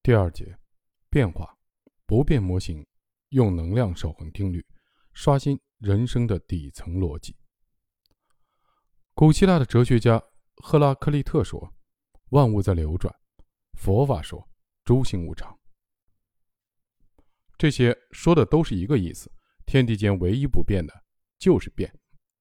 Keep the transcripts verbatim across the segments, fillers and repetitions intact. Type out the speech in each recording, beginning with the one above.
第二节，变化，不变模型，用能量守恒定律，刷新人生的底层逻辑。古希腊的哲学家赫拉克利特说，万物在流转，佛法说，诸行无常。这些说的都是一个意思，天地间唯一不变的就是变。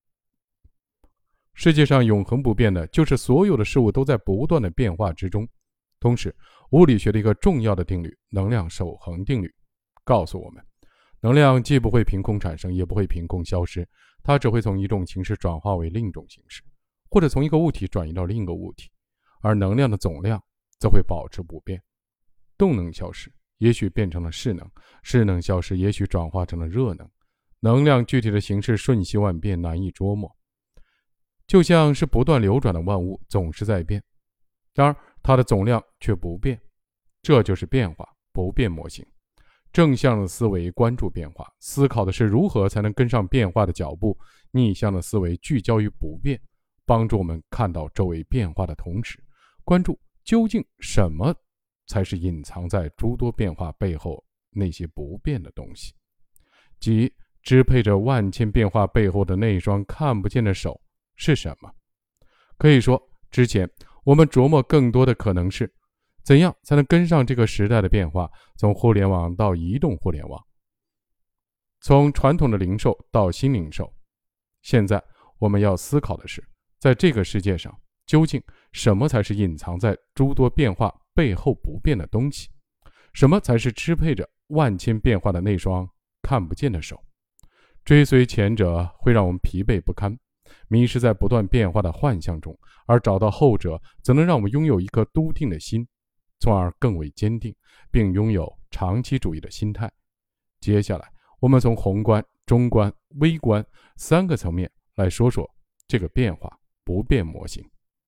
世界上永恒不变的就是所有的事物都在不断的变化之中。同时，物理学的一个重要的定律，能量守恒定律，告诉我们，能量既不会凭空产生，也不会凭空消失，它只会从一种形式转化为另一种形式，或者从一个物体转移到另一个物体，而能量的总量则会保持不变。动能消失，也许变成了势能，势能消失，也许转化成了热能。能量具体的形式瞬息万变，难以捉摸，就像是不断流转的万物，总是在变，然而它的总量却不变。这就是变化不变模型。正向的思维关注变化，思考的是如何才能跟上变化的脚步；逆向的思维聚焦于不变，帮助我们看到周围变化的同时，关注究竟什么才是隐藏在诸多变化背后那些不变的东西，即支配着万千变化背后的那双看不见的手是什么。可以说，之前我们琢磨更多的可能是怎样才能跟上这个时代的变化，从互联网到移动互联网，从传统的零售到新零售。现在我们要思考的是，在这个世界上究竟什么才是隐藏在诸多变化背后不变的东西，什么才是支配着万千变化的那双看不见的手。追随前者会让我们疲惫不堪，迷失在不断变化的幻象中，而找到后者则能让我们拥有一颗笃定的心，从而更为坚定，并拥有长期主义的心态。接下来我们从宏观、中观、微观三个层面来说说这个变化不变模型。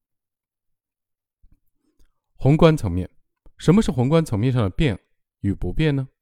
宏观层面，什么是宏观层面上的变与不变呢？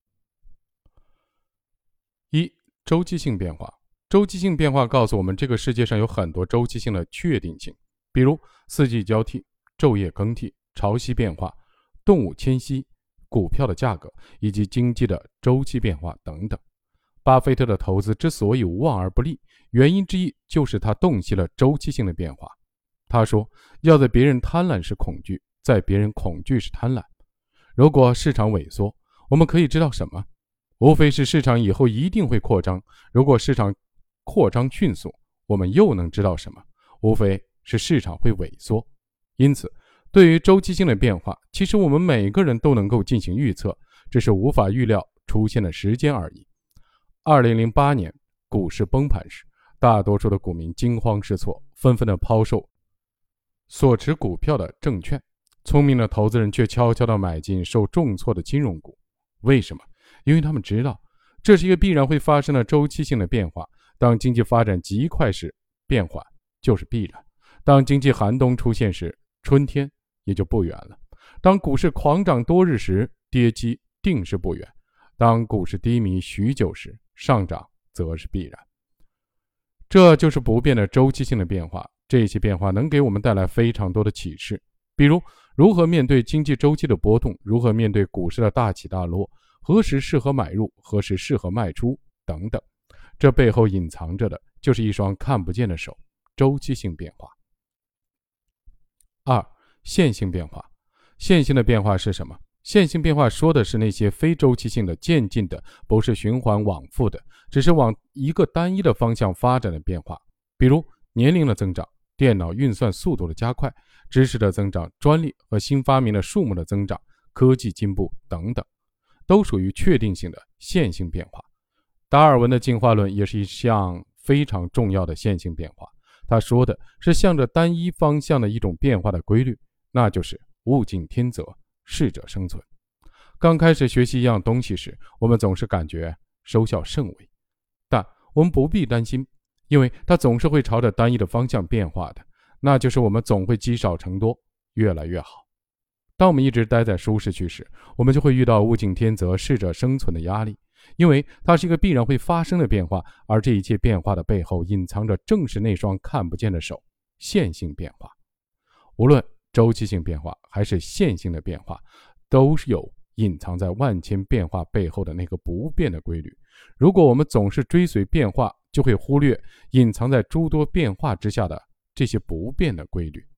一、周期性变化。周期性变化告诉我们，这个世界上有很多周期性的确定性，比如四季交替、昼夜更替、潮汐变化、动物迁徙、股票的价格以及经济的周期变化等等。巴菲特的投资之所以无往而不利，原因之一就是他洞悉了周期性的变化。他说，要在别人贪婪时恐惧，在别人恐惧时贪婪。如果市场萎缩，我们可以知道什么？无非是市场以后一定会扩张。如果市场扩张迅速，我们又能知道什么？无非是市场会萎缩。因此，对于周期性的变化，其实我们每个人都能够进行预测，只是无法预料出现的时间而已。二零零八年股市崩盘时，大多数的股民惊慌失措，纷纷的抛售所持股票的证券，聪明的投资人却悄悄地买进受重挫的金融股。为什么？因为他们知道，这是一个必然会发生的周期性的变化。当经济发展极快时，变缓就是必然；当经济寒冬出现时，春天也就不远了。当股市狂涨多日时，跌机定是不远；当股市低迷许久时，上涨则是必然。这就是不变的周期性的变化。这些变化能给我们带来非常多的启示，比如如何面对经济周期的波动，如何面对股市的大起大落，何时适合买入，何时适合卖出等等。这背后隐藏着的就是一双看不见的手，周期性变化。二、线性变化。线性的变化是什么？线性变化说的是那些非周期性的、渐进的，不是循环往复的，只是往一个单一的方向发展的变化。比如年龄的增长、电脑运算速度的加快、知识的增长、专利和新发明的数目的增长、科技进步等等，都属于确定性的线性变化。达尔文的进化论也是一项非常重要的线性变化，他说的是向着单一方向的一种变化的规律，那就是物竞天择，适者生存。刚开始学习一样东西时，我们总是感觉收效甚微，但我们不必担心，因为它总是会朝着单一的方向变化的，那就是我们总会积少成多，越来越好。当我们一直待在舒适区时，我们就会遇到物竞天择、适者生存的压力，因为它是一个必然会发生的变化，而这一切变化的背后隐藏着正是那双看不见的手，线性变化。无论周期性变化还是线性的变化， 都是有隐藏在万千变化背后的那个不变的规律。如果我们总是追随变化，就会忽略隐藏在诸多变化之下的这些不变的规律。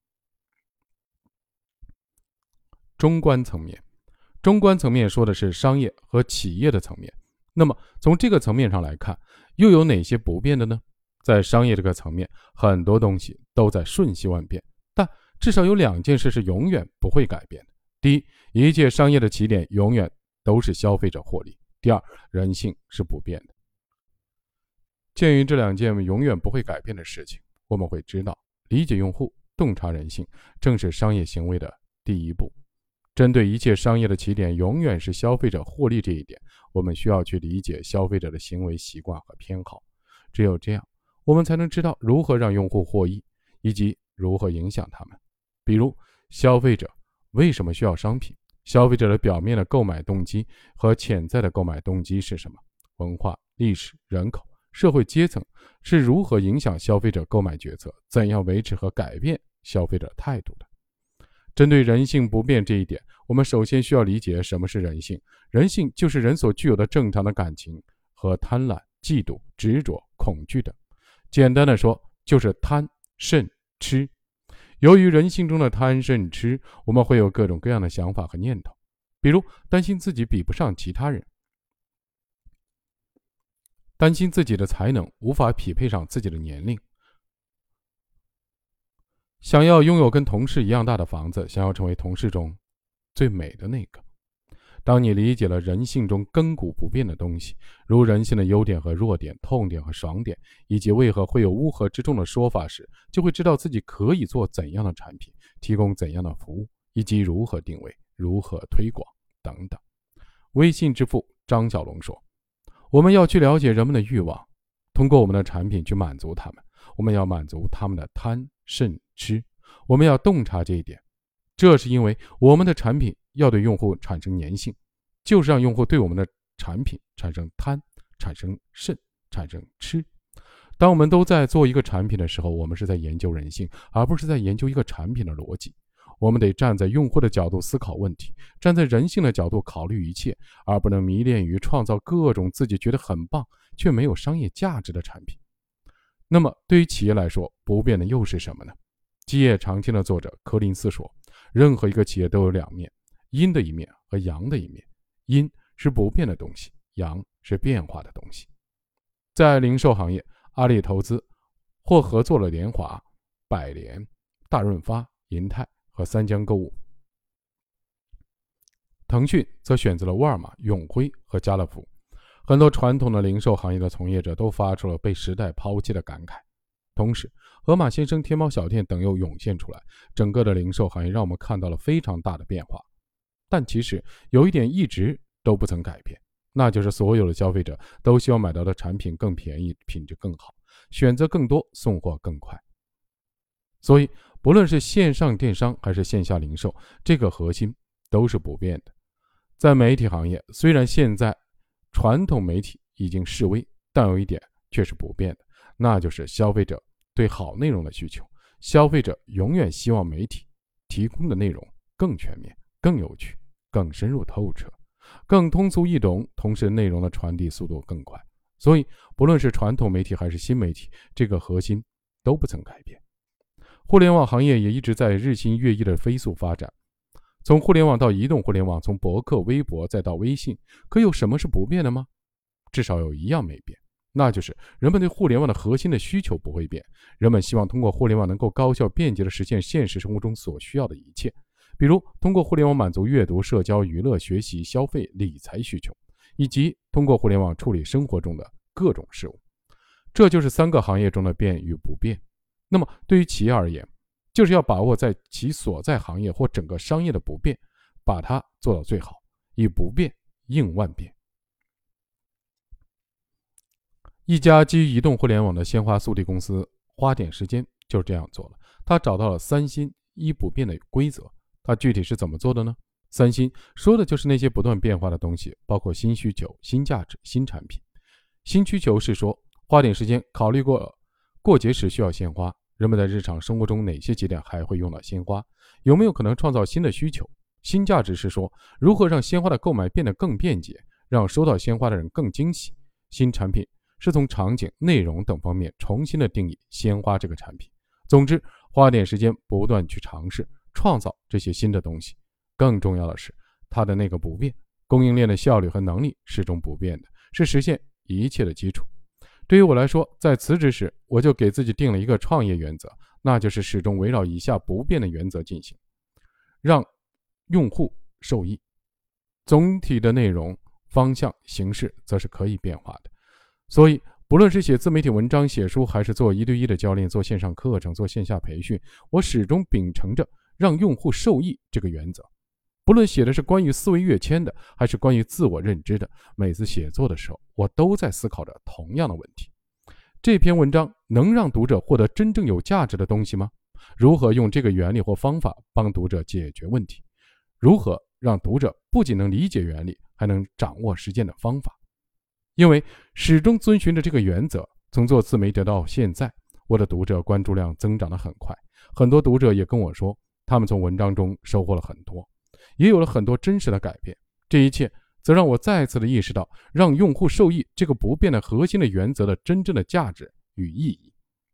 中观层面，中观层面说的是商业和企业的层面。那么从这个层面上来看，又有哪些不变的呢？在商业这个层面，很多东西都在瞬息万变，但至少有两件事是永远不会改变的。第一，一切商业的起点永远都是消费者获利。第二，人性是不变的。鉴于这两件永远不会改变的事情，我们会知道，理解用户、洞察人性，正是商业行为的第一步。针对一切商业的起点永远是消费者获利这一点，我们需要去理解消费者的行为习惯和偏好。只有这样，我们才能知道如何让用户获益，以及如何影响他们。比如，消费者为什么需要商品？消费者的表面的购买动机和潜在的购买动机是什么？文化、历史、人口、社会阶层是如何影响消费者购买决策？怎样维持和改变消费者态度的？针对人性不变这一点，我们首先需要理解什么是人性。人性就是人所具有的正常的感情和贪婪、嫉妒、执着、恐惧等。简单的说，就是贪、嗔、痴。由于人性中的贪、嗔、痴，我们会有各种各样的想法和念头，比如担心自己比不上其他人，担心自己的才能无法匹配上自己的年龄，想要拥有跟同事一样大的房子，想要成为同事中最美的那个。当你理解了人性中亘古不变的东西，如人性的优点和弱点、痛点和爽点，以及为何会有乌合之众的说法时，就会知道自己可以做怎样的产品，提供怎样的服务，以及如何定位、如何推广等等。微信之父张小龙说，我们要去了解人们的欲望，通过我们的产品去满足他们。我们要满足他们的贪、嗔、痴，我们要洞察这一点。这是因为我们的产品要对用户产生粘性，就是让用户对我们的产品产生贪、产生嗔、产生痴。当我们都在做一个产品的时候，我们是在研究人性，而不是在研究一个产品的逻辑。我们得站在用户的角度思考问题，站在人性的角度考虑一切，而不能迷恋于创造各种自己觉得很棒却没有商业价值的产品。那么对于企业来说，不变的又是什么呢？基业长青的作者柯林斯说，任何一个企业都有两面，阴的一面和阳的一面。阴是不变的东西，阳是变化的东西。在零售行业，阿里投资或合作了联华、百联、大润发、银泰和三江购物。腾讯则选择了沃尔玛、永辉和家乐福。很多传统的零售行业的从业者都发出了被时代抛弃的感慨。同时，盒马鲜生、天猫小店等又涌现出来，整个的零售行业让我们看到了非常大的变化。但其实有一点一直都不曾改变，那就是所有的消费者都希望买到的产品更便宜、品质更好、选择更多、送货更快。所以不论是线上电商还是线下零售，这个核心都是不变的。在媒体行业，虽然现在传统媒体已经式微，但有一点却是不变的，那就是消费者对好内容的需求。消费者永远希望媒体提供的内容更全面、更有趣、更深入透彻、更通俗易懂，同时内容的传递速度更快。所以不论是传统媒体还是新媒体，这个核心都不曾改变。互联网行业也一直在日新月异的飞速发展，从互联网到移动互联网，从博客、微博再到微信，可有什么是不变的吗？至少有一样没变，那就是人们对互联网的核心的需求不会变。人们希望通过互联网能够高效便捷地实现现实生活中所需要的一切，比如通过互联网满足阅读、社交、娱乐、学习、消费、理财需求，以及通过互联网处理生活中的各种事物。这就是三个行业中的变与不变。那么对于企业而言，就是要把握在其所在行业或整个商业的不变，把它做到最好，以不变应万变。一家基于移动互联网的鲜花速递公司花点时间就是这样做了，他找到了三新一不变的规则。他具体是怎么做的呢？三新说的就是那些不断变化的东西，包括新需求、新价值、新产品。新需求是说花点时间考虑过过节时需要鲜花，人们在日常生活中哪些节点还会用到鲜花，有没有可能创造新的需求。 新价值是说如何让鲜花的购买变得更便捷，让收到鲜花的人更惊喜。新产品是从场景、内容等方面重新的定义鲜花这个产品。总之，花点时间不断去尝试创造这些新的东西。更重要的是，它的那个不变，供应链的效率和能力始终不变的，是实现一切的基础。对于我来说，在辞职时，我就给自己定了一个创业原则，那就是始终围绕以下不变的原则进行：让用户受益。总体的内容、方向、形式则是可以变化的。所以，不论是写自媒体文章、写书，还是做一对一的教练、做线上课程、做线下培训，我始终秉承着让用户受益这个原则。不论写的是关于思维跃迁的，还是关于自我认知的，每次写作的时候，我都在思考着同样的问题：这篇文章能让读者获得真正有价值的东西吗？如何用这个原理或方法帮读者解决问题？如何让读者不仅能理解原理，还能掌握实践的方法？因为始终遵循着这个原则，从做自媒体到现在，我的读者关注量增长得很快，很多读者也跟我说，他们从文章中收获了很多，也有了很多真实的改变。这一切则让我再次的意识到，让用户受益这个不变的核心的原则的真正的价值与意义。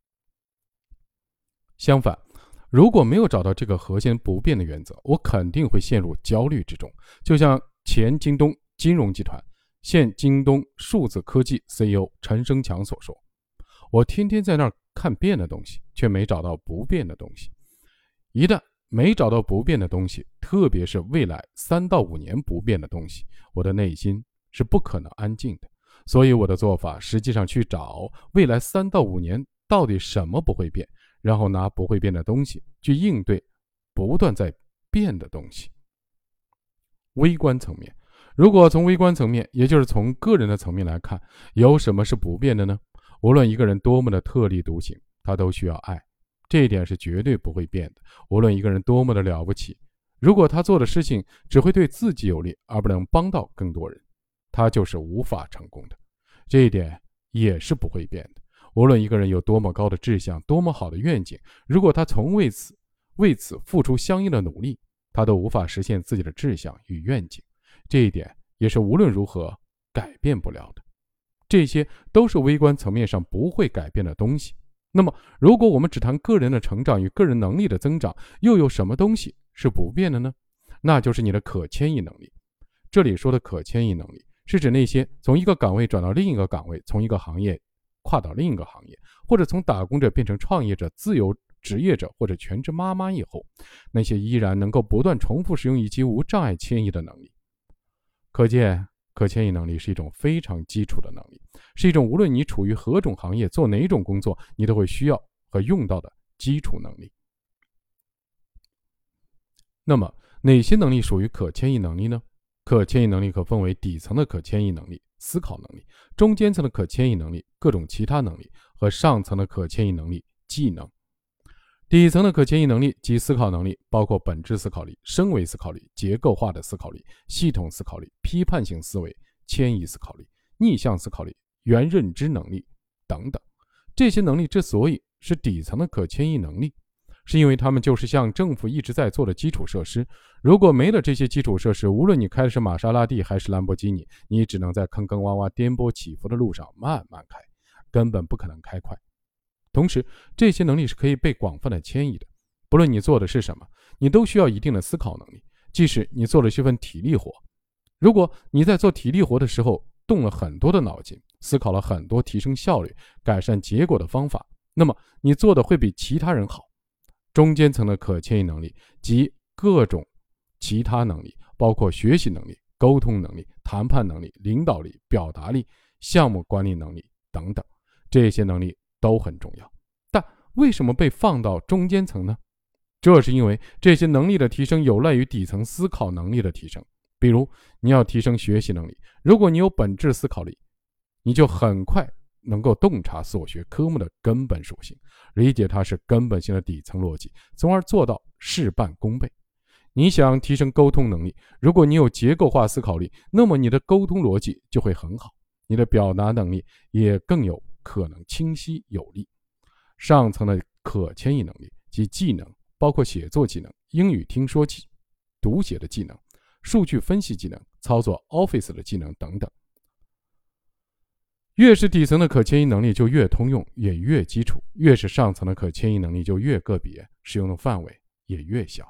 相反，如果没有找到这个核心不变的原则，我肯定会陷入焦虑之中。就像前京东金融集团、现京东数字科技 C E O 陈生强所说，我天天在那儿看变的东西，却没找到不变的东西。一旦没找到不变的东西，特别是未来三到五年不变的东西，我的内心是不可能安静的。所以我的做法实际上去找未来三到五年到底什么不会变，然后拿不会变的东西去应对不断在变的东西。微观层面，如果从微观层面，也就是从个人的层面来看，有什么是不变的呢？无论一个人多么的特立独行，他都需要爱，这一点是绝对不会变的。无论一个人多么的了不起，如果他做的事情只会对自己有利，而不能帮到更多人，他就是无法成功的，这一点也是不会变的。无论一个人有多么高的志向，多么好的愿景，如果他从为此为此付出相应的努力，他都无法实现自己的志向与愿景，这一点也是无论如何改变不了的。这些都是微观层面上不会改变的东西。那么，如果我们只谈个人的成长与个人能力的增长，又有什么东西是不变的呢？那就是你的可迁移能力。这里说的可迁移能力，是指那些从一个岗位转到另一个岗位，从一个行业跨到另一个行业，或者从打工者变成创业者、自由职业者或者全职妈妈以后，那些依然能够不断重复使用以及无障碍迁移的能力。可见，可迁移能力是一种非常基础的能力，是一种无论你处于何种行业，做哪种工作，你都会需要和用到的基础能力。那么，哪些能力属于可迁移能力呢？可迁移能力可分为底层的可迁移能力、思考能力，中间层的可迁移能力、各种其他能力和上层的可迁移能力、技能。底层的可迁移能力及思考能力包括本质思考力、升维思考力、结构化的思考力、系统思考力、批判性思维、迁移思考力、逆向思考力、原认知能力等等。这些能力之所以是底层的可迁移能力，是因为他们就是像政府一直在做的基础设施。如果没了这些基础设施，无论你开的是玛莎拉蒂还是兰博基尼，你只能在坑坑洼洼、颠簸起伏的路上慢慢开，根本不可能开快。同时，这些能力是可以被广泛的迁移的。不论你做的是什么，你都需要一定的思考能力。即使你做的是份体力活，如果你在做体力活的时候动了很多的脑筋，思考了很多提升效率、改善结果的方法，那么你做的会比其他人好。中间层的可迁移能力及各种其他能力，包括学习能力、沟通能力、谈判能力、领导力、表达力、项目管理能力等等，这些能力都很重要。但为什么被放到中间层呢？这是因为这些能力的提升有赖于底层思考能力的提升。比如你要提升学习能力，如果你有本质思考力，你就很快能够洞察所学科目的根本属性，理解它是根本性的底层逻辑，从而做到事半功倍。你想提升沟通能力，如果你有结构化思考力，那么你的沟通逻辑就会很好，你的表达能力也更有可能清晰有力。上层的可迁移能力及技能包括写作技能、英语听说技、 读写的技能、数据分析技能、操作 Office 的技能等等。越是底层的可迁移能力就越通用，也越基础；越是上层的可迁移能力就越个别，使用的范围也越小。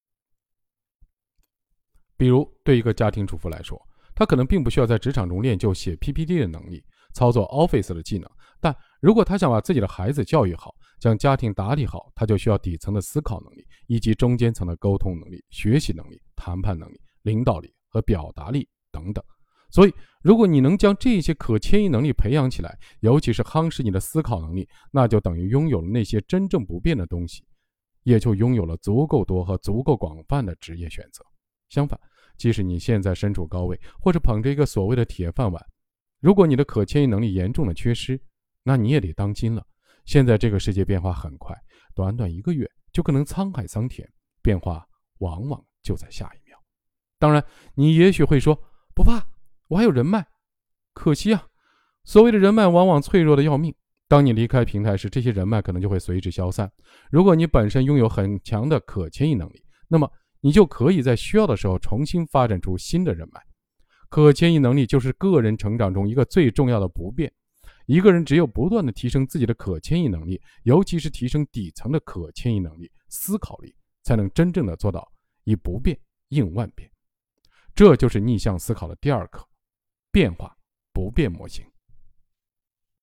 比如对一个家庭主妇来说，她可能并不需要在职场中练就写 P P T 的能力、操作 Office 的技能，但如果她想把自己的孩子教育好，将家庭打理好，她就需要底层的思考能力，以及中间层的沟通能力、学习能力、谈判能力、领导力和表达力等等。所以如果你能将这些可迁移能力培养起来，尤其是夯实你的思考能力，那就等于拥有了那些真正不变的东西，也就拥有了足够多和足够广泛的职业选择。相反，即使你现在身处高位，或者捧着一个所谓的铁饭碗，如果你的可迁移能力严重的缺失，那你也得当心了。现在这个世界变化很快，短短一个月就可能沧海桑田，变化往往就在下一秒。当然，你也许会说，不怕，我还有人脉。可惜啊，所谓的人脉往往脆弱的要命，当你离开平台时，这些人脉可能就会随之消散。如果你本身拥有很强的可迁移能力，那么你就可以在需要的时候重新发展出新的人脉。可迁移能力就是个人成长中一个最重要的不变。一个人只有不断地提升自己的可迁移能力，尤其是提升底层的可迁移能力、思考力，才能真正的做到以不变应万变。这就是逆向思考的第二课：变化不变模型。